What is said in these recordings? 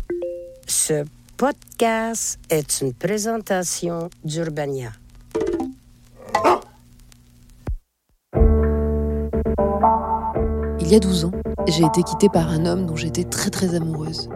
Ce podcast est une présentation d'Urbania. Il y a 12 ans, j'ai été quittée par un homme dont j'étais très très amoureuse.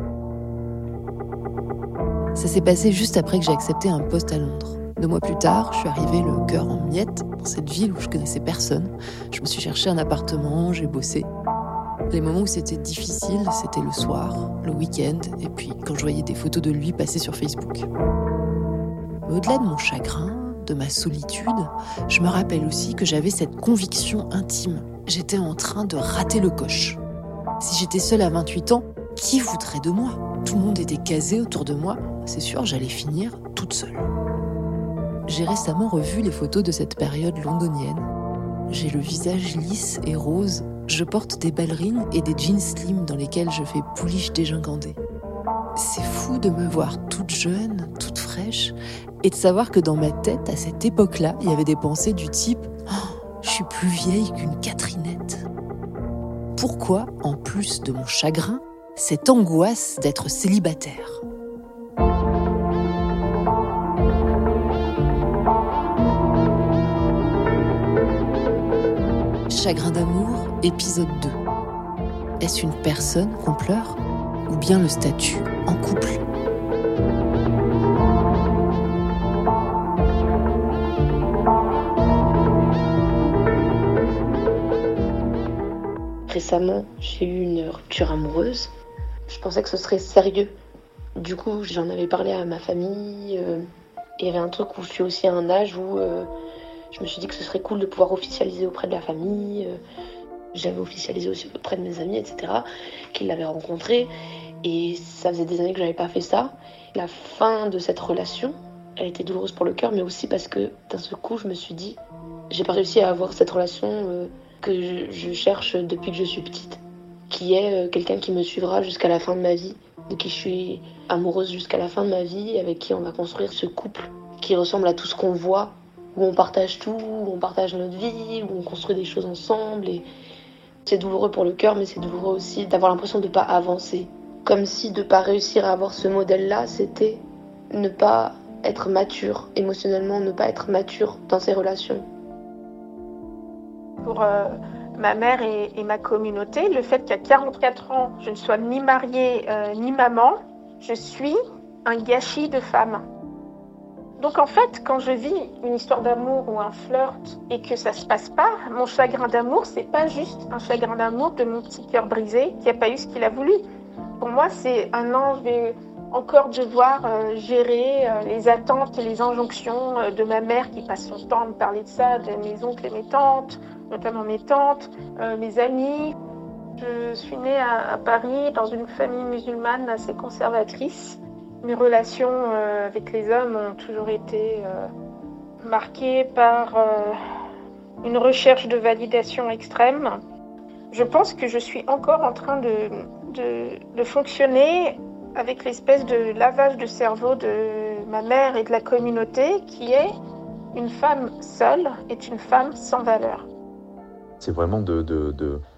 Ça s'est passé juste après que j'ai accepté un poste à Londres. 2 mois plus tard, je suis arrivée le cœur en miettes dans cette ville où je connaissais personne. Je me suis cherché un appartement, j'ai bossé. Les moments où c'était difficile, c'était le soir, le week-end, et puis quand je voyais des photos de lui passer sur Facebook. Mais au-delà de mon chagrin, de ma solitude, je me rappelle aussi que j'avais cette conviction intime. J'étais en train de rater le coche. Si j'étais seule à 28 ans, qui voudrait de moi ? Tout le monde était casé autour de moi. C'est sûr, j'allais finir toute seule. J'ai récemment revu les photos de cette période londonienne. J'ai le visage lisse et rose. Je porte des ballerines et des jeans slim dans lesquels je fais pouliche dégingandée. C'est fou de me voir toute jeune, toute fraîche, et de savoir que dans ma tête, à cette époque-là, il y avait des pensées du type « Je suis plus vieille qu'une Catherinette ». Pourquoi, en plus de mon chagrin, cette angoisse d'être célibataire ? Chagrin d'amour, épisode 2. Est-ce une personne qu'on pleure ou bien le statut en couple ? Récemment, j'ai eu une rupture amoureuse. Je pensais que ce serait sérieux. Du coup, j'en avais parlé à ma famille. Il y avait un truc où je suis aussi à un âge où je me suis dit que ce serait cool de pouvoir officialiser auprès de la famille. J'avais officialisé aussi auprès de mes amis, etc., qui l'avaient rencontré. Et ça faisait des années que j'avais pas fait ça. La fin de cette relation, elle était douloureuse pour le cœur, mais aussi parce que d'un seul coup, je me suis dit, j'ai pas réussi à avoir cette relation que je cherche depuis que je suis petite, qui est quelqu'un qui me suivra jusqu'à la fin de ma vie, de qui je suis amoureuse jusqu'à la fin de ma vie, avec qui on va construire ce couple qui ressemble à tout ce qu'on voit, où on partage tout, où on partage notre vie, où on construit des choses ensemble. Et c'est douloureux pour le cœur, mais c'est douloureux aussi d'avoir l'impression de ne pas avancer. Comme si de ne pas réussir à avoir ce modèle-là, c'était ne pas être mature émotionnellement, ne pas être mature dans ses relations. Pour ma mère et ma communauté, le fait qu'à 44 ans, je ne sois ni mariée ni maman, je suis un gâchis de femme. Donc en fait, quand je vis une histoire d'amour ou un flirt et que ça se passe pas, mon chagrin d'amour, c'est pas juste un chagrin d'amour de mon petit cœur brisé qui a pas eu ce qu'il a voulu. Pour moi, c'est un an, je vais encore devoir gérer les attentes et les injonctions de ma mère qui passe son temps à me parler de ça, de mes oncles et mes tantes, notamment mes tantes, mes amis. Je suis née à Paris dans une famille musulmane assez conservatrice. Mes relations avec les hommes ont toujours été marquées par une recherche de validation extrême. Je pense que je suis encore en train de fonctionner avec l'espèce de lavage de cerveau de ma mère et de la communauté qui est une femme seule est une femme sans valeur. C'est vraiment de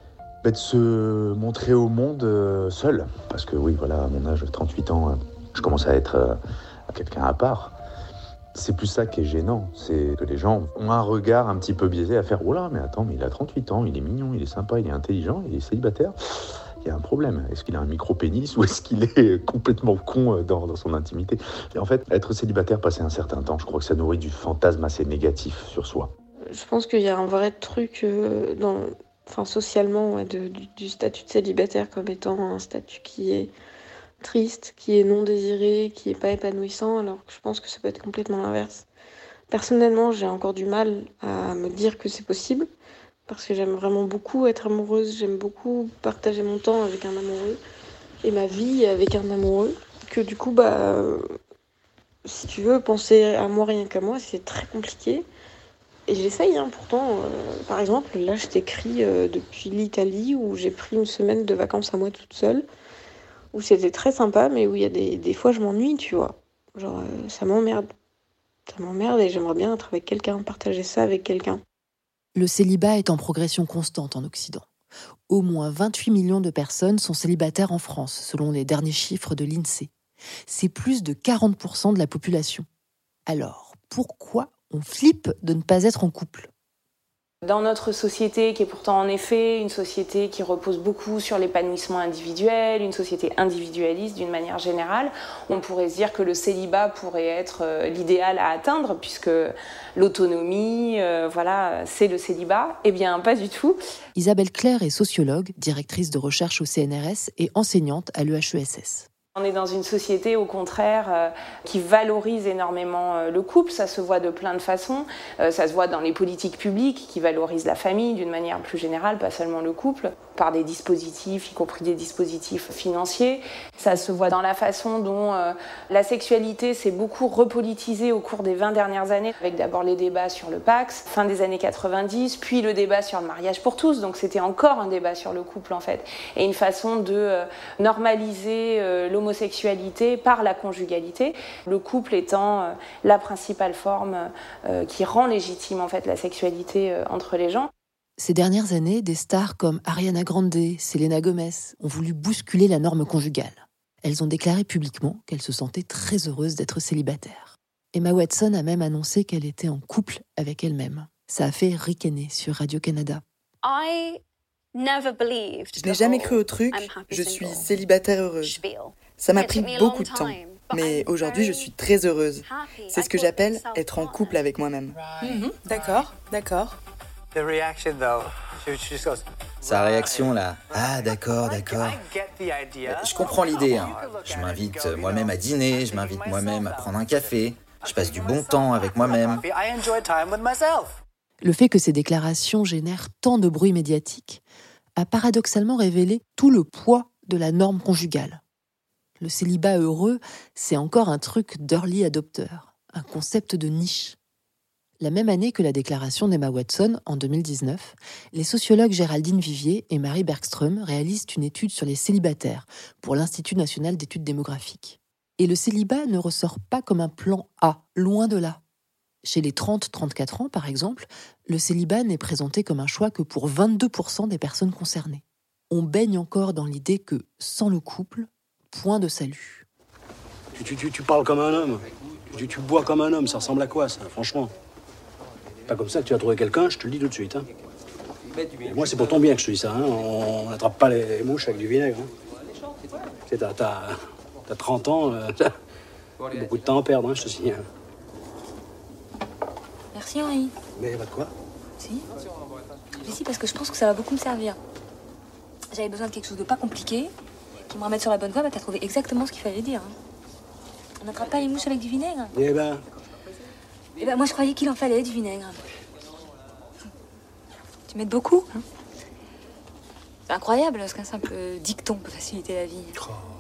se montrer au monde seul. Parce que oui, voilà, à mon âge, 38 ans, je commence à être quelqu'un à part. C'est plus ça qui est gênant, c'est que les gens ont un regard un petit peu biaisé à faire « Oh là, mais attends, mais il a 38 ans, il est mignon, il est sympa, il est intelligent, il est célibataire. Il y a un problème. Est-ce qu'il a un micro-pénis ou est-ce qu'il est complètement con dans son intimité ?» Et en fait, être célibataire, passer un certain temps, je crois que ça nourrit du fantasme assez négatif sur soi. Je pense qu'il y a un vrai truc socialement du statut de célibataire comme étant un statut qui est triste, qui est non désiré, qui est pas épanouissant, alors que je pense que ça peut être complètement l'inverse. Personnellement, j'ai encore du mal à me dire que c'est possible, parce que j'aime vraiment beaucoup être amoureuse, j'aime beaucoup partager mon temps avec un amoureux, et ma vie avec un amoureux, que du coup, si tu veux penser à moi rien qu'à moi, c'est très compliqué. Et j'essaye, pourtant, par exemple, là je t'écris depuis l'Italie, où j'ai pris une semaine de vacances à moi toute seule, où c'était très sympa, mais où il y a des fois je m'ennuie, tu vois. Genre, ça m'emmerde. Ça m'emmerde et j'aimerais bien être avec quelqu'un, partager ça avec quelqu'un. Le célibat est en progression constante en Occident. Au moins 28 millions de personnes sont célibataires en France, selon les derniers chiffres de l'INSEE. C'est plus de 40% de la population. Alors, pourquoi on flippe de ne pas être en couple ? Dans notre société, qui est pourtant en effet une société qui repose beaucoup sur l'épanouissement individuel, une société individualiste d'une manière générale, on pourrait se dire que le célibat pourrait être l'idéal à atteindre, puisque l'autonomie, c'est le célibat. Eh bien, pas du tout. Isabelle Claire est sociologue, directrice de recherche au CNRS et enseignante à l'EHESS. On est dans une société, au contraire, qui valorise énormément le couple. Ça se voit de plein de façons. Ça se voit dans les politiques publiques qui valorisent la famille d'une manière plus générale, pas seulement le couple, par des dispositifs, y compris des dispositifs financiers. Ça se voit dans la façon dont la sexualité s'est beaucoup repolitisée au cours des 20 dernières années, avec d'abord les débats sur le Pacs, fin des années 90, puis le débat sur le mariage pour tous. Donc c'était encore un débat sur le couple, en fait, et une façon de normaliser l'homosexualité par la conjugalité, le couple étant la principale forme qui rend légitime en fait la sexualité entre les gens. Ces dernières années, des stars comme Ariana Grande, Selena Gomez ont voulu bousculer la norme conjugale. Elles ont déclaré publiquement qu'elles se sentaient très heureuses d'être célibataires. Emma Watson a même annoncé qu'elle était en couple avec elle-même. Ça a fait ricaner sur Radio-Canada. Je n'ai jamais cru au truc « je suis célibataire heureuse ». Ça m'a pris beaucoup de temps, mais aujourd'hui je suis très heureuse. C'est ce que j'appelle être en couple avec moi-même. D'accord. Sa réaction là, ah d'accord. Je comprends l'idée, hein. Je m'invite moi-même à dîner, je m'invite moi-même à prendre un café, je passe du bon temps avec moi-même. Le fait que ces déclarations génèrent tant de bruit médiatique a paradoxalement révélé tout le poids de la norme conjugale. Le célibat heureux, c'est encore un truc d'early adopter, un concept de niche. La même année que la déclaration d'Emma Watson, en 2019, les sociologues Géraldine Vivier et Marie Bergström réalisent une étude sur les célibataires pour l'Institut national d'études démographiques. Et le célibat ne ressort pas comme un plan A, loin de là. Chez les 30-34 ans, par exemple, le célibat n'est présenté comme un choix que pour 22% des personnes concernées. On baigne encore dans l'idée que, sans le couple, point de salut. Tu parles comme un homme. Tu bois comme un homme. Ça ressemble à quoi, ça, franchement ? Pas comme ça que tu vas trouver quelqu'un, je te le dis tout de suite. Hein. Et moi, c'est pour ton bien que je te dis ça. Hein. On n'attrape pas les mouches avec du vinaigre. Hein. Tu sais, t'as 30 ans, beaucoup de temps à perdre, hein, je te signale. Merci Henri. Mais pas de quoi ? Si. Mais si, parce que je pense que ça va beaucoup me servir. J'avais besoin de quelque chose de pas compliqué, qui me remette sur la bonne voie, t'as trouvé exactement ce qu'il fallait dire. Hein. On n'attrape pas les mouches avec du vinaigre. Eh ben, moi je croyais qu'il en fallait du vinaigre. Tu m'aides beaucoup, hein. C'est incroyable ce qu'un simple dicton peut faciliter la vie.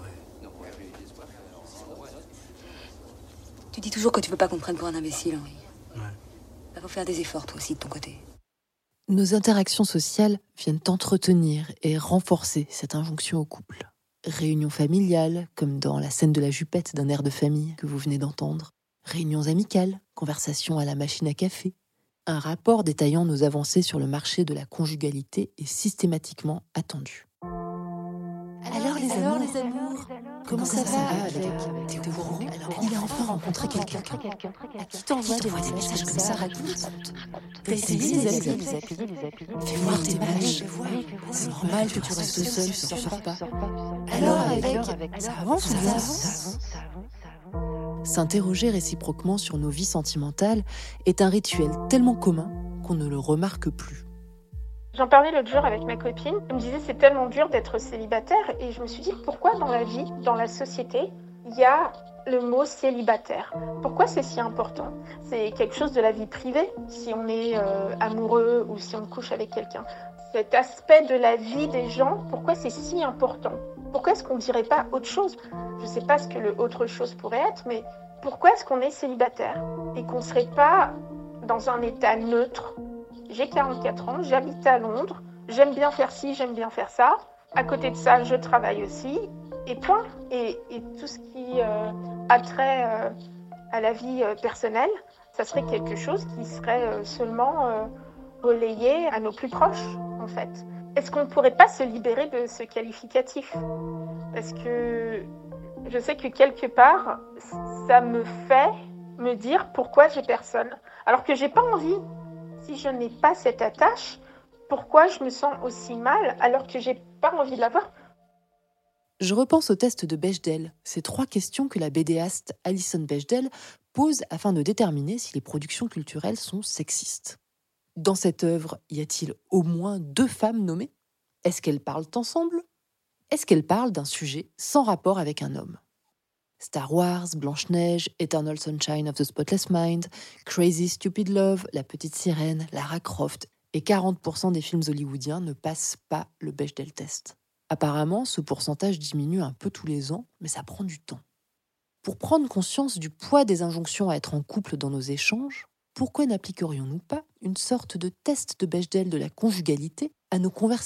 Tu dis toujours que tu veux pas qu'on te prenne pour un imbécile, Henri. Ouais. Faut faire des efforts, toi aussi, de ton côté. Nos interactions sociales viennent entretenir et renforcer cette injonction au couple. Réunions familiales, comme dans la scène de la jupette d'un air de famille que vous venez d'entendre. Réunions amicales, conversations à la machine à café. Un rapport détaillant nos avancées sur le marché de la conjugalité est systématiquement attendu. Alors les amours, comment ça va avec T'es au courant? Alors il a enfin rencontré quelqu'un. À qui t'envoie des messages comme ça? Raconte. T'as essayé les applis? Fais voir tes matchs. C'est normal que tu restes seul, tu sors pas. Alors avec, ça avance ou ça avance? S'interroger réciproquement sur nos vies sentimentales est un rituel tellement commun qu'on ne le remarque plus. J'en parlais l'autre jour avec ma copine. Elle me disait c'est tellement dur d'être célibataire et je me suis dit pourquoi dans la vie, dans la société, il y a le mot célibataire. Pourquoi c'est si important? C'est quelque chose de la vie privée, si on est amoureux ou si on couche avec quelqu'un. Cet aspect de la vie des gens, pourquoi c'est si important? Pourquoi est-ce qu'on ne dirait pas autre chose? Je ne sais pas ce que le autre chose pourrait être, mais pourquoi est-ce qu'on est célibataire et qu'on ne serait pas dans un état neutre? J'ai 44 ans, j'habite à Londres, j'aime bien faire ci, j'aime bien faire ça. À côté de ça, je travaille aussi, et point. Et tout ce qui a trait à la vie personnelle, ça serait quelque chose qui serait seulement relayé à nos plus proches, en fait. est-ce qu'on ne pourrait pas se libérer de ce qualificatif ? Parce que je sais que quelque part, ça me fait me dire pourquoi j'ai personne. Alors que j'ai pas envie. Si je n'ai pas cette attache, pourquoi je me sens aussi mal alors que j'ai pas envie de l'avoir ? Je repense au test de Bechdel, ces 3 questions que la BDaste Alison Bechdel pose afin de déterminer si les productions culturelles sont sexistes. Dans cette œuvre, y a-t-il au moins 2 femmes nommées ? Est-ce qu'elles parlent ensemble ? Est-ce qu'elles parlent d'un sujet sans rapport avec un homme ? Star Wars, Blanche-Neige, Eternal Sunshine of the Spotless Mind, Crazy Stupid Love, La Petite Sirène, Lara Croft et 40% des films hollywoodiens ne passent pas le Bechdel test. Apparemment, ce pourcentage diminue un peu tous les ans, mais ça prend du temps. Pour prendre conscience du poids des injonctions à être en couple dans nos échanges, pourquoi n'appliquerions-nous pas une sorte de test de Bechdel de la conjugalité à nos conversations ?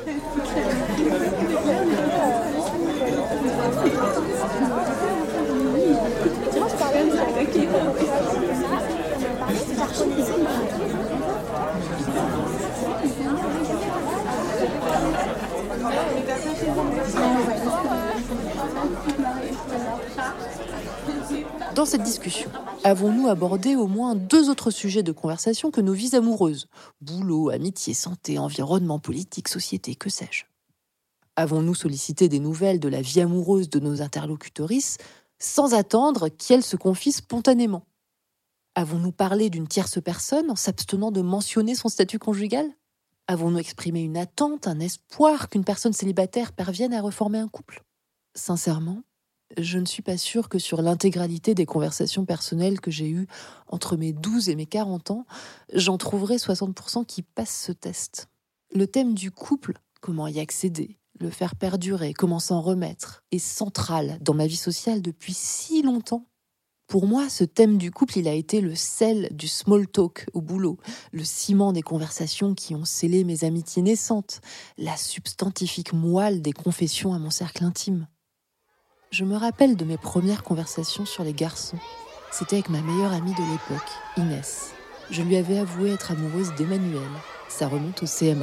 Dans cette discussion, avons-nous abordé au moins 2 autres sujets de conversation que nos vies amoureuses ? Boulot, amitié, santé, environnement, politique, société, que sais-je ? Avons-nous sollicité des nouvelles de la vie amoureuse de nos interlocutrices sans attendre qu'elles se confient spontanément ? Avons-nous parlé d'une tierce personne en s'abstenant de mentionner son statut conjugal ? Avons-nous exprimé une attente, un espoir qu'une personne célibataire parvienne à reformer un couple ? Sincèrement, je ne suis pas sûre que sur l'intégralité des conversations personnelles que j'ai eues entre mes 12 et mes 40 ans, j'en trouverai 60% qui passent ce test. Le thème du couple, comment y accéder, le faire perdurer, comment s'en remettre, est central dans ma vie sociale depuis si longtemps. Pour moi, ce thème du couple, il a été le sel du small talk au boulot, le ciment des conversations qui ont scellé mes amitiés naissantes, la substantifique moelle des confessions à mon cercle intime. Je me rappelle de mes premières conversations sur les garçons. C'était avec ma meilleure amie de l'époque, Inès. Je lui avais avoué être amoureuse d'Emmanuel. Ça remonte au CM1.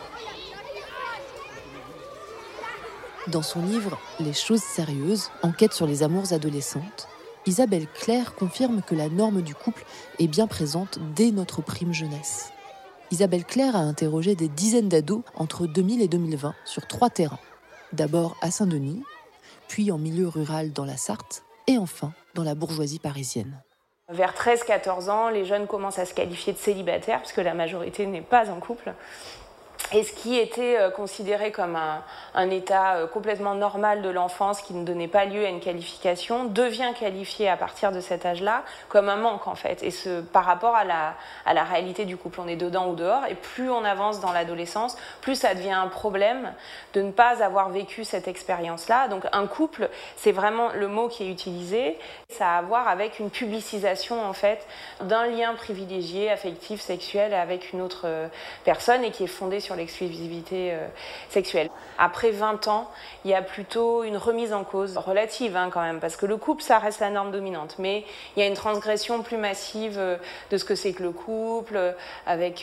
Dans son livre « Les choses sérieuses, enquête sur les amours adolescentes », Isabelle Claire confirme que la norme du couple est bien présente dès notre prime jeunesse. Isabelle Claire a interrogé des dizaines d'ados entre 2000 et 2020 sur 3 terrains. D'abord à Saint-Denis, puis en milieu rural dans la Sarthe, et enfin dans la bourgeoisie parisienne. Vers 13-14 ans, les jeunes commencent à se qualifier de célibataires, puisque la majorité n'est pas en couple. Et ce qui était considéré comme un état complètement normal de l'enfance, qui ne donnait pas lieu à une qualification, devient qualifié à partir de cet âge-là comme un manque en fait. Et par rapport à la réalité du couple, on est dedans ou dehors. Et plus on avance dans l'adolescence, plus ça devient un problème de ne pas avoir vécu cette expérience-là. Donc un couple, c'est vraiment le mot qui est utilisé. Ça a à voir avec une publicisation en fait d'un lien privilégié, affectif, sexuel avec une autre personne et qui est fondé sur l'exclusivité sexuelle. Après 20 ans, il y a plutôt une remise en cause relative quand même, parce que le couple, ça reste la norme dominante, mais il y a une transgression plus massive de ce que c'est que le couple, avec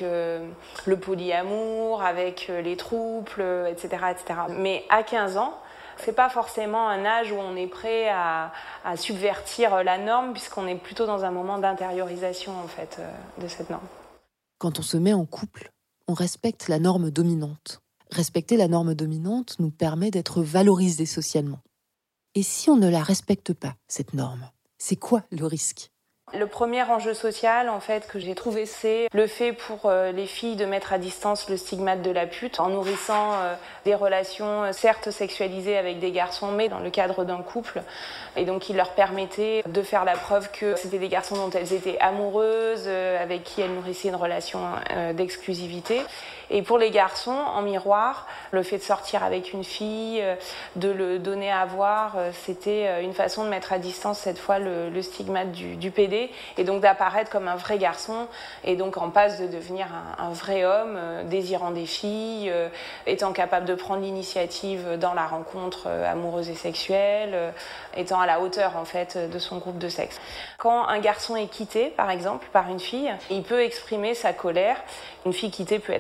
le polyamour, avec les troubles, etc., etc. Mais à 15 ans, c'est pas forcément un âge où on est prêt à subvertir la norme, puisqu'on est plutôt dans un moment d'intériorisation en fait de cette norme. Quand on se met en couple, on respecte la norme dominante. Respecter la norme dominante nous permet d'être valorisés socialement. Et si on ne la respecte pas, cette norme, c'est quoi le risque ? Le premier enjeu social, en fait, que j'ai trouvé, c'est le fait pour les filles de mettre à distance le stigmate de la pute en nourrissant des relations certes sexualisées avec des garçons, mais dans le cadre d'un couple. Et donc, il leur permettait de faire la preuve que c'était des garçons dont elles étaient amoureuses, avec qui elles nourrissaient une relation d'exclusivité. Et pour les garçons, en miroir, le fait de sortir avec une fille, de le donner à voir, c'était une façon de mettre à distance cette fois le stigmate du PD, et donc d'apparaître comme un vrai garçon, et donc en passe de devenir un vrai homme, désirant des filles, étant capable de prendre l'initiative dans la rencontre amoureuse et sexuelle, étant à la hauteur en fait de son groupe de sexe. Quand un garçon est quitté, par exemple, par une fille, il peut exprimer sa colère. Une fille quittée peut être en colère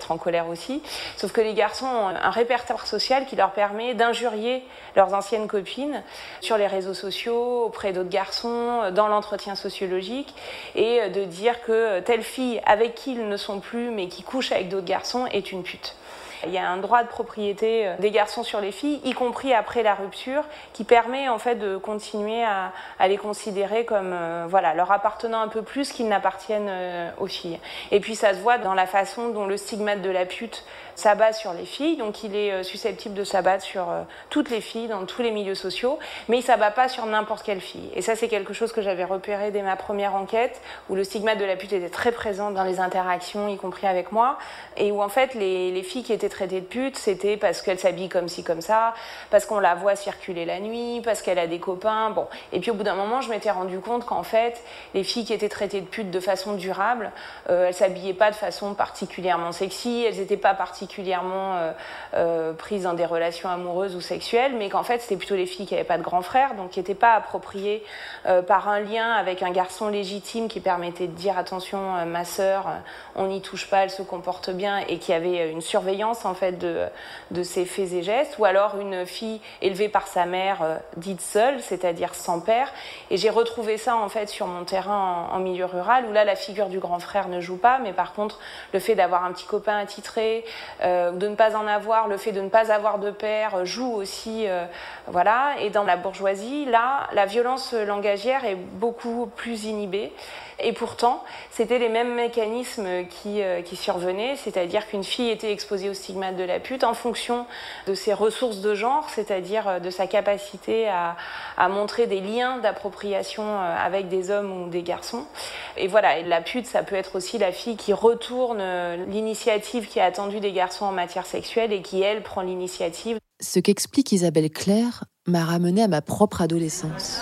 secondaire aussi. Sauf que les garçons ont un répertoire social qui leur permet d'injurier leurs anciennes copines sur les réseaux sociaux, auprès d'autres garçons, dans l'entretien sociologique, et de dire que telle fille avec qui ils ne sont plus mais qui couche avec d'autres garçons est une pute. Il y a un droit de propriété des garçons sur les filles, y compris après la rupture, qui permet en fait de continuer à les considérer comme leur appartenant un peu plus qu'ils n'appartiennent aux filles. Et puis ça se voit dans la façon dont le stigmate de la pute s'abat sur les filles, donc il est susceptible de s'abattre sur toutes les filles, dans tous les milieux sociaux, mais il ne s'abat pas sur n'importe quelle fille. Et ça, c'est quelque chose que j'avais repéré dès ma première enquête, où le stigmate de la pute était très présent dans les interactions, y compris avec moi, et où en fait les filles qui étaient traitées de pute, c'était parce qu'elles s'habillent comme ci, comme ça, parce qu'on la voit circuler la nuit, parce qu'elle a des copains, bon. Et puis au bout d'un moment, je m'étais rendu compte qu'en fait, les filles qui étaient traitées de pute de façon durable, elles s'habillaient pas de façon particulièrement sexy, elles n'étaient pas particulièrement prises dans des relations amoureuses ou sexuelles, mais qu'en fait c'était plutôt les filles qui n'avaient pas de grand frère, donc qui n'étaient pas appropriées par un lien avec un garçon légitime qui permettait de dire attention ma sœur, on n'y touche pas, elle se comporte bien, et qui avait une surveillance en fait de ses faits et gestes, ou alors une fille élevée par sa mère dite seule, c'est-à-dire sans père. Et j'ai retrouvé ça en fait sur mon terrain en milieu rural, où là la figure du grand frère ne joue pas, mais par contre le fait d'avoir un petit copain attitré, de ne pas en avoir, le fait de ne pas avoir de père joue aussi, voilà. Et dans la bourgeoisie, là, la violence langagière est beaucoup plus inhibée. Et pourtant, c'était les mêmes mécanismes qui survenaient, c'est-à-dire qu'une fille était exposée au stigmate de la pute en fonction de ses ressources de genre, c'est-à-dire de sa capacité à montrer des liens d'appropriation avec des hommes ou des garçons. Et voilà, et la pute, ça peut être aussi la fille qui retourne l'initiative qui est attendue des garçons en matière sexuelle et qui, elle, prend l'initiative. Ce qu'explique Isabelle Claire m'a ramenée à ma propre adolescence.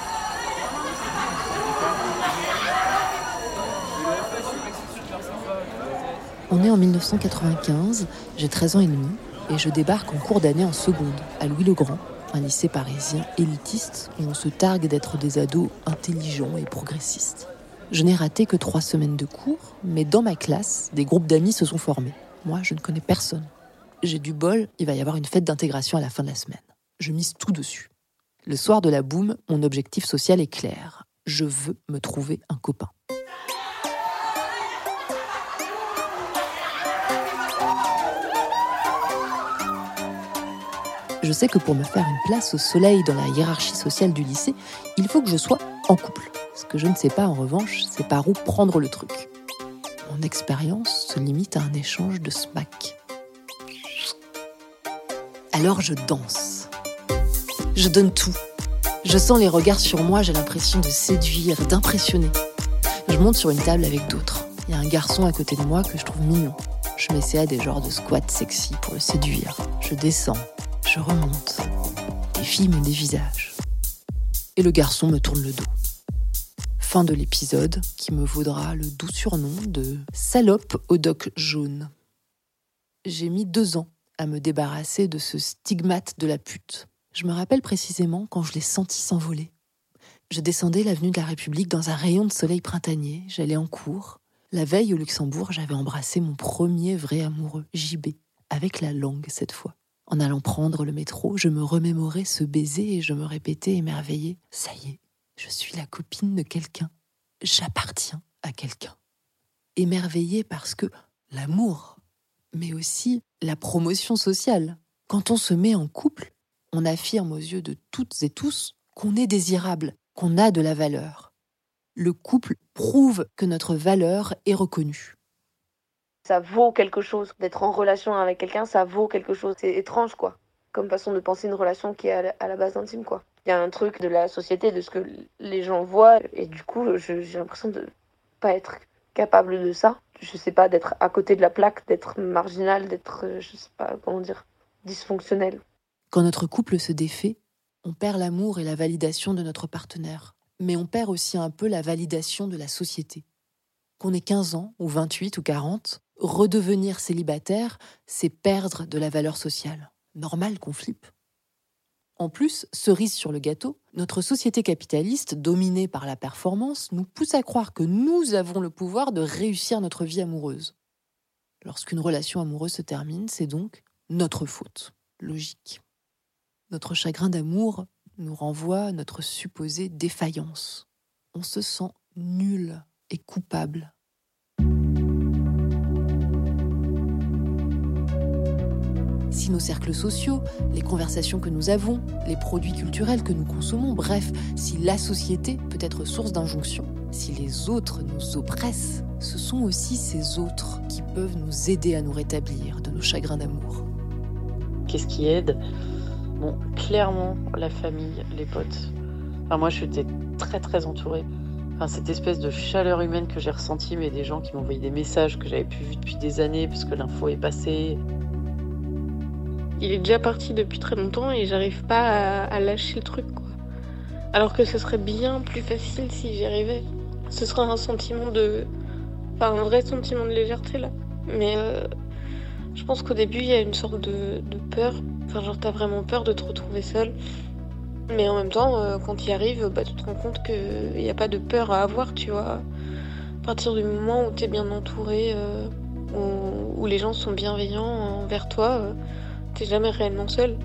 On est en 1995, j'ai 13 ans et demi, et je débarque en cours d'année en seconde, à Louis-le-Grand, un lycée parisien élitiste où on se targue d'être des ados intelligents et progressistes. Je n'ai raté que 3 semaines de cours, mais dans ma classe, des groupes d'amis se sont formés. Moi, je ne connais personne. J'ai du bol, il va y avoir une fête d'intégration à la fin de la semaine. Je mise tout dessus. Le soir de la boum, mon objectif social est clair. Je veux me trouver un copain. Je sais que pour me faire une place au soleil dans la hiérarchie sociale du lycée, il faut que je sois en couple. Ce que je ne sais pas, en revanche, c'est par où prendre le truc. Mon expérience se limite à un échange de smack. Alors je danse. Je donne tout. Je sens les regards sur moi, j'ai l'impression de séduire, d'impressionner. Je monte sur une table avec d'autres. Il y a un garçon à côté de moi que je trouve mignon. Je m'essaie à des genres de squats sexy pour le séduire. Je descends. Je remonte. Les filles me dévisagent. Et le garçon me tourne le dos. Fin de l'épisode qui me vaudra le doux surnom de salope au doc jaune. J'ai mis 2 ans à me débarrasser de ce stigmate de la pute. Je me rappelle précisément quand je l'ai senti s'envoler. Je descendais l'avenue de la République dans un rayon de soleil printanier. J'allais en cours. La veille au Luxembourg, j'avais embrassé mon premier vrai amoureux, JB, avec la langue cette fois. En allant prendre le métro, je me remémorais ce baiser et je me répétais émerveillée. Ça y est, je suis la copine de quelqu'un. J'appartiens à quelqu'un. Émerveillée parce que l'amour, mais aussi la promotion sociale. Quand on se met en couple, on affirme aux yeux de toutes et tous qu'on est désirable, qu'on a de la valeur. Le couple prouve que notre valeur est reconnue. Ça vaut quelque chose. D'être en relation avec quelqu'un, ça vaut quelque chose. C'est étrange, quoi. Comme façon de penser une relation qui est à la base intime, quoi. Il y a un truc de la société, de ce que les gens voient. Et du coup, j'ai l'impression de pas être capable de ça. Je sais pas, d'être à côté de la plaque, d'être marginal, d'être, je sais pas comment dire, dysfonctionnel. Quand notre couple se défait, on perd l'amour et la validation de notre partenaire. Mais on perd aussi un peu la validation de la société. Qu'on ait 15 ans, ou 28, ou 40, redevenir célibataire, c'est perdre de la valeur sociale. Normal qu'on flippe. En plus, cerise sur le gâteau, notre société capitaliste, dominée par la performance, nous pousse à croire que nous avons le pouvoir de réussir notre vie amoureuse. Lorsqu'une relation amoureuse se termine, c'est donc notre faute. Logique. Notre chagrin d'amour nous renvoie à notre supposée défaillance. On se sent nul et coupable. Si nos cercles sociaux, les conversations que nous avons, les produits culturels que nous consommons, bref, si la société peut être source d'injonction, si les autres nous oppressent, ce sont aussi ces autres qui peuvent nous aider à nous rétablir de nos chagrins d'amour. Qu'est-ce qui aide ? Bon, clairement, la famille, les potes. Enfin, moi, j'étais très, très entourée. Enfin, cette espèce de chaleur humaine que j'ai ressentie, mais des gens qui m'envoyaient des messages que j'avais plus vus depuis des années parce que l'info est passée. Il est déjà parti depuis très longtemps et j'arrive pas à lâcher le truc, quoi. Alors que ce serait bien plus facile si j'y arrivais. Ce serait un sentiment un vrai sentiment de légèreté, là. Mais je pense qu'au début, il y a une sorte de peur. Enfin, genre, t'as vraiment peur de te retrouver seule. Mais en même temps, quand tu y arrives, tu te rends compte qu'il n'y a pas de peur à avoir, tu vois. À partir du moment où t'es bien entouré, où les gens sont bienveillants envers toi, t'es jamais réellement seule.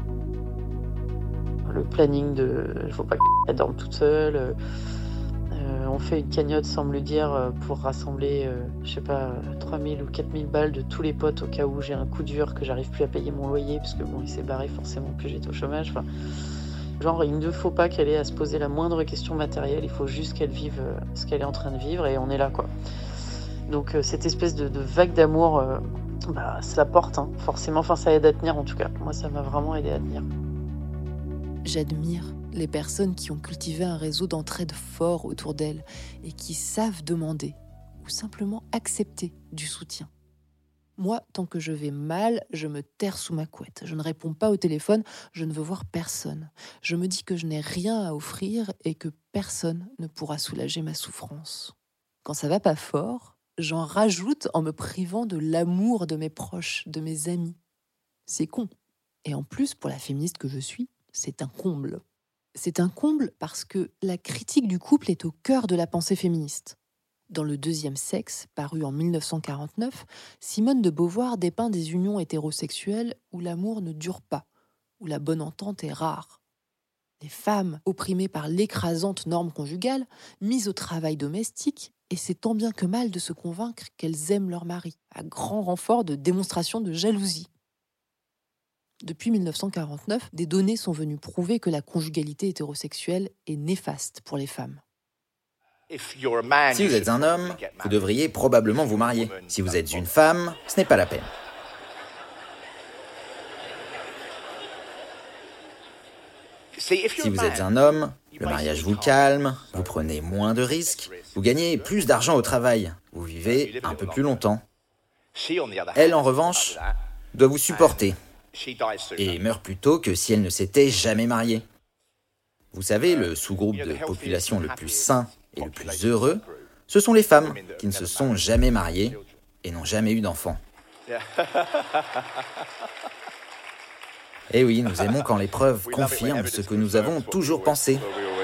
Le planning il faut pas qu'elle dorme toute seule. On fait une cagnotte sans me le dire pour rassembler, 3000 ou 4000 balles de tous les potes au cas où j'ai un coup dur, que j'arrive plus à payer mon loyer, parce que bon, il s'est barré forcément, que j'étais au chômage. Enfin, genre, il ne faut pas qu'elle ait à se poser la moindre question matérielle, il faut juste qu'elle vive ce qu'elle est en train de vivre et on est là, quoi. Donc cette espèce de vague d'amour, ça porte, hein, forcément, enfin ça aide à tenir en tout cas. Moi, ça m'a vraiment aidé à tenir. J'admire les personnes qui ont cultivé un réseau d'entraide fort autour d'elles et qui savent demander ou simplement accepter du soutien. Moi, tant que je vais mal, je me terre sous ma couette. Je ne réponds pas au téléphone, je ne veux voir personne. Je me dis que je n'ai rien à offrir et que personne ne pourra soulager ma souffrance. Quand ça va pas fort, j'en rajoute en me privant de l'amour de mes proches, de mes amis. C'est con. Et en plus, pour la féministe que je suis, c'est un comble. C'est un comble parce que la critique du couple est au cœur de la pensée féministe. Dans Le deuxième sexe, paru en 1949, Simone de Beauvoir dépeint des unions hétérosexuelles où l'amour ne dure pas, où la bonne entente est rare. Les femmes, opprimées par l'écrasante norme conjugale, mises au travail domestique, essaient tant bien que mal de se convaincre qu'elles aiment leur mari, à grand renfort de démonstrations de jalousie. Depuis 1949, des données sont venues prouver que la conjugalité hétérosexuelle est néfaste pour les femmes. Si vous êtes un homme, vous devriez probablement vous marier. Si vous êtes une femme, ce n'est pas la peine. Si vous êtes un homme, le mariage vous calme, vous prenez moins de risques, vous gagnez plus d'argent au travail, vous vivez un peu plus longtemps. Elle, en revanche, doit vous supporter et meurt plus tôt que si elle ne s'était jamais mariée. Vous savez, le sous-groupe de population le plus sain et le plus heureux, ce sont les femmes qui ne se sont jamais mariées et n'ont jamais eu d'enfants. Eh oui, nous aimons quand les preuves confirment ce que nous avons toujours pensé.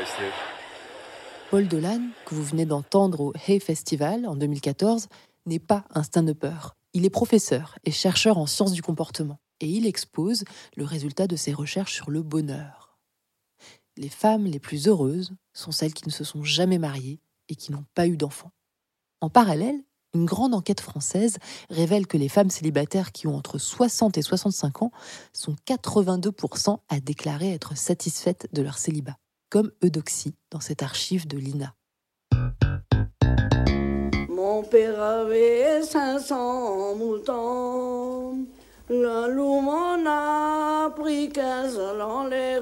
Paul Dolan, que vous venez d'entendre au Hay Festival en 2014, n'est pas un stand-upper. Il est professeur et chercheur en sciences du comportement. Et il expose le résultat de ses recherches sur le bonheur. Les femmes les plus heureuses sont celles qui ne se sont jamais mariées et qui n'ont pas eu d'enfants. En parallèle, une grande enquête française révèle que les femmes célibataires qui ont entre 60 et 65 ans sont 82% à déclarer être satisfaites de leur célibat, comme Eudoxie dans cette archive de l'INA. Mon père avait 500 moutons. La loup m'en a pris 15, la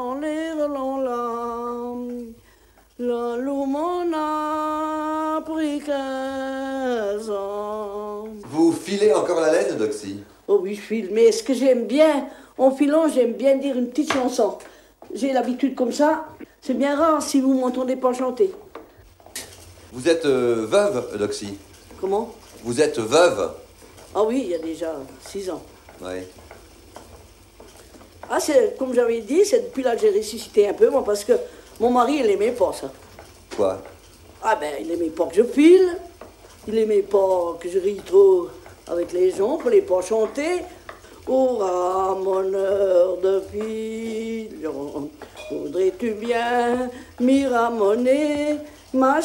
loup m'en a pris 15 ans. Vous filez encore la laine, Doxy? Oh oui, je file, mais ce que j'aime bien, en filant, j'aime bien dire une petite chanson. J'ai l'habitude comme ça, c'est bien rare si vous m'entendez pas chanter. Vous êtes veuve, Doxy? Comment? Vous êtes veuve? Ah oui, il y a déjà 6 ans. Oui. Ah, c'est, comme j'avais dit, c'est depuis là que j'ai ressuscité un peu, moi, parce que mon mari, il aimait pas ça. Quoi? Ah ben, il aimait pas que je file, il aimait pas que je rie trop avec les gens pour les pas chanter. Ô ramoneur de pilons, voudrais-tu bien m'y ramener, ma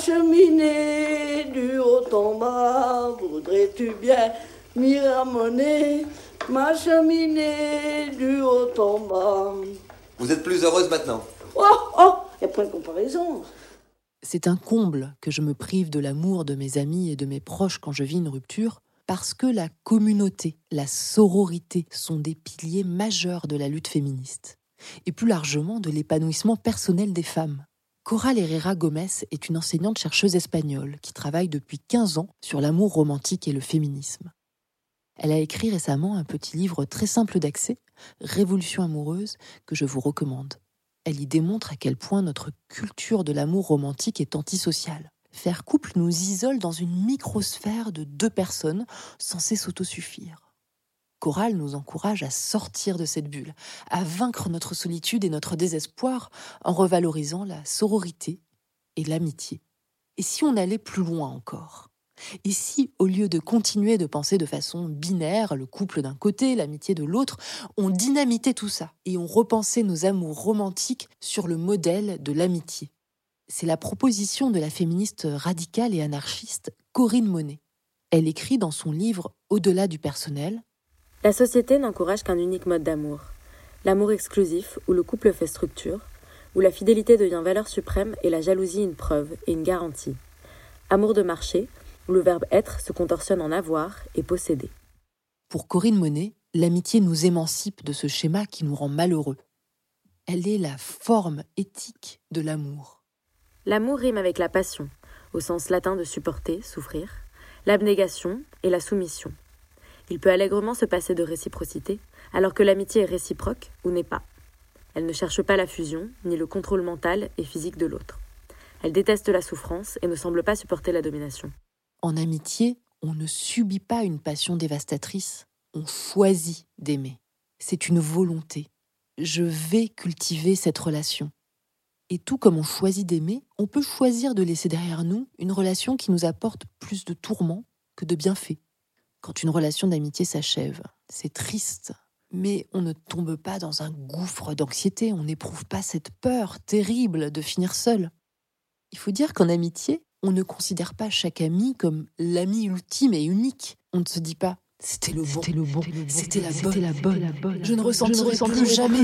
cheminée du haut en bas, voudrais-tu bien m'y ramener, ma cheminée du haut en bas. Vous êtes plus heureuse maintenant? Oh, il n'y a point de comparaison. C'est un comble que je me prive de l'amour de mes amis et de mes proches quand je vis une rupture, parce que la communauté, la sororité sont des piliers majeurs de la lutte féministe, et plus largement de l'épanouissement personnel des femmes. Coral Herrera Gómez est une enseignante-chercheuse espagnole qui travaille depuis 15 ans sur l'amour romantique et le féminisme. Elle a écrit récemment un petit livre très simple d'accès, Révolution amoureuse, que je vous recommande. Elle y démontre à quel point notre culture de l'amour romantique est antisociale. Faire couple nous isole dans une microsphère de 2 personnes censées s'autosuffire. Coral nous encourage à sortir de cette bulle, à vaincre notre solitude et notre désespoir en revalorisant la sororité et l'amitié. Et si on allait plus loin encore ? Et si, au lieu de continuer de penser de façon binaire, le couple d'un côté, l'amitié de l'autre, on dynamitait tout ça et on repensait nos amours romantiques sur le modèle de l'amitié ? C'est la proposition de la féministe radicale et anarchiste Corinne Monet. Elle écrit dans son livre « Au-delà du personnel » La société n'encourage qu'un unique mode d'amour. L'amour exclusif, où le couple fait structure, où la fidélité devient valeur suprême et la jalousie une preuve et une garantie. Amour de marché, où le verbe être se contorsionne en avoir et posséder. Pour Corinne Monet, l'amitié nous émancipe de ce schéma qui nous rend malheureux. Elle est la forme éthique de l'amour. L'amour rime avec la passion, au sens latin de supporter, souffrir, l'abnégation et la soumission. Il peut allègrement se passer de réciprocité, alors que l'amitié est réciproque ou n'est pas. Elle ne cherche pas la fusion, ni le contrôle mental et physique de l'autre. Elle déteste la souffrance et ne semble pas supporter la domination. En amitié, on ne subit pas une passion dévastatrice, on choisit d'aimer. C'est une volonté. Je vais cultiver cette relation. Et tout comme on choisit d'aimer, on peut choisir de laisser derrière nous une relation qui nous apporte plus de tourments que de bienfaits. Quand une relation d'amitié s'achève, c'est triste, mais on ne tombe pas dans un gouffre d'anxiété, on n'éprouve pas cette peur terrible de finir seul. Il faut dire qu'en amitié, on ne considère pas chaque ami comme l'ami ultime et unique. On ne se dit pas « c'était le bon, c'était la bonne, je ne ressentirai plus jamais. »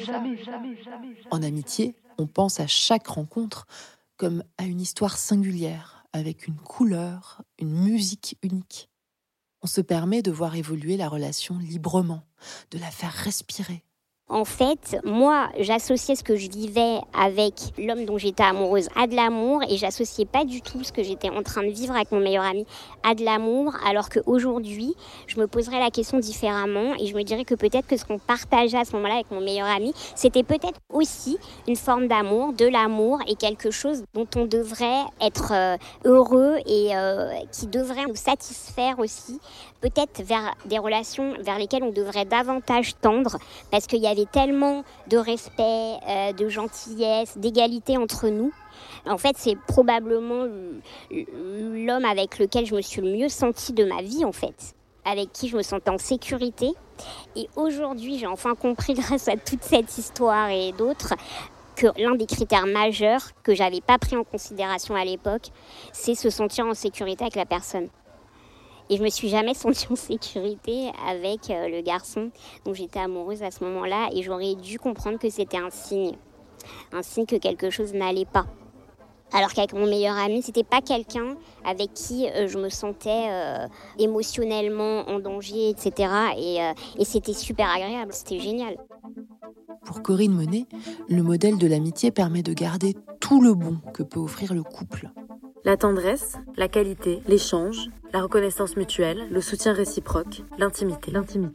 En amitié, on pense à chaque rencontre comme à une histoire singulière, avec une couleur, une musique unique. On se permet de voir évoluer la relation librement, de la faire respirer. En fait, moi, j'associais ce que je vivais avec l'homme dont j'étais amoureuse à de l'amour et j'associais pas du tout ce que j'étais en train de vivre avec mon meilleur ami à de l'amour, alors qu'aujourd'hui, je me poserais la question différemment et je me dirais que peut-être que ce qu'on partageait à ce moment-là avec mon meilleur ami, c'était peut-être aussi une forme d'amour, de l'amour et quelque chose dont on devrait être heureux et qui devrait nous satisfaire aussi, peut-être vers des relations vers lesquelles on devrait davantage tendre parce qu'il y avait tellement de respect, de gentillesse, d'égalité entre nous. En fait, c'est probablement l'homme avec lequel je me suis le mieux sentie de ma vie, en fait, avec qui je me sentais en sécurité. Et aujourd'hui, j'ai enfin compris, grâce à toute cette histoire et d'autres, que l'un des critères majeurs que je n'avais pas pris en considération à l'époque, c'est se sentir en sécurité avec la personne. Et je me suis jamais sentie en sécurité avec le garçon dont j'étais amoureuse à ce moment-là. Et j'aurais dû comprendre que c'était un signe que quelque chose n'allait pas. Alors qu'avec mon meilleur ami, c'était pas quelqu'un avec qui je me sentais émotionnellement en danger, etc. Et c'était super agréable, c'était génial. Pour Corinne Monet, le modèle de l'amitié permet de garder tout le bon que peut offrir le couple. La tendresse, la qualité, l'échange, la reconnaissance mutuelle, le soutien réciproque, l'intimité.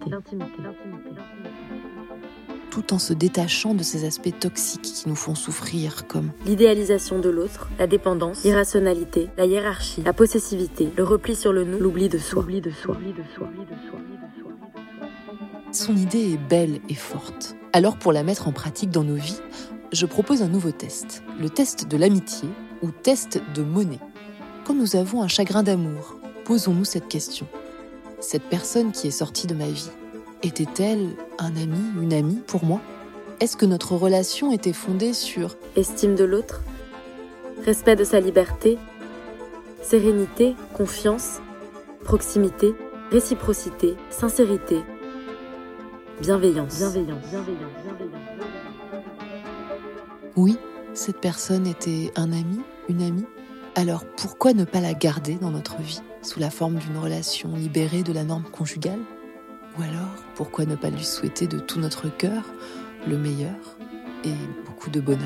Tout en se détachant de ces aspects toxiques qui nous font souffrir, comme l'idéalisation de l'autre, la dépendance, l'irrationalité, la hiérarchie, la possessivité, le repli sur le nous, l'oubli de soi. Son idée est belle et forte. Alors pour la mettre en pratique dans nos vies, je propose un nouveau test, le test de l'amitié ou test de Monet. Quand nous avons un chagrin d'amour, posons-nous cette question. cette personne qui est sortie de ma vie, était-elle un ami, une amie pour moi ? Est-ce que notre relation était fondée sur estime de l'autre, respect de sa liberté, sérénité, confiance, proximité, réciprocité, sincérité, bienveillance. Oui, cette personne était un ami, une amie. Alors pourquoi ne pas la garder dans notre vie, sous la forme d'une relation libérée de la norme conjugale ? Ou alors, pourquoi ne pas lui souhaiter de tout notre cœur le meilleur et beaucoup de bonheur ?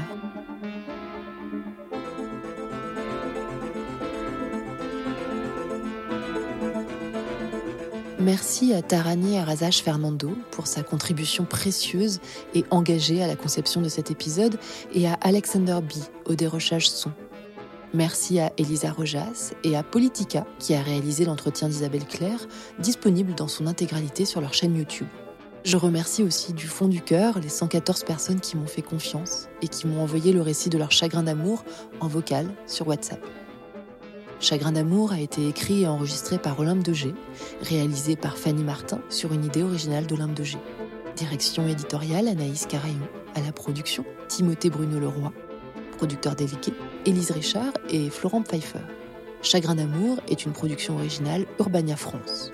Merci à Tarani Arasage Fernando pour sa contribution précieuse et engagée à la conception de cet épisode et à Alexander B au dérochage son. Merci à Elisa Rojas et à Politica qui a réalisé l'entretien d'Isabelle Claire, disponible dans son intégralité sur leur chaîne YouTube. Je remercie aussi du fond du cœur les 114 personnes qui m'ont fait confiance et qui m'ont envoyé le récit de leur chagrin d'amour en vocal sur WhatsApp. Chagrin d'amour a été écrit et enregistré par Olympe de G, réalisé par Fanny Martin sur une idée originale d'Olympe de G. Direction éditoriale Anaïs Carayon, à la production Timothée Bruno-Leroy, producteur délégué Élise Richard et Florent Pfeiffer. Chagrin d'amour est une production originale Urbania France.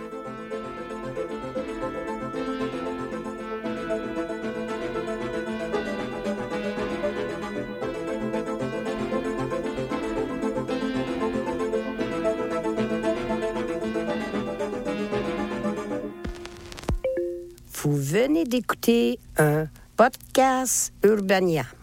Vous venez d'écouter un podcast Urbania.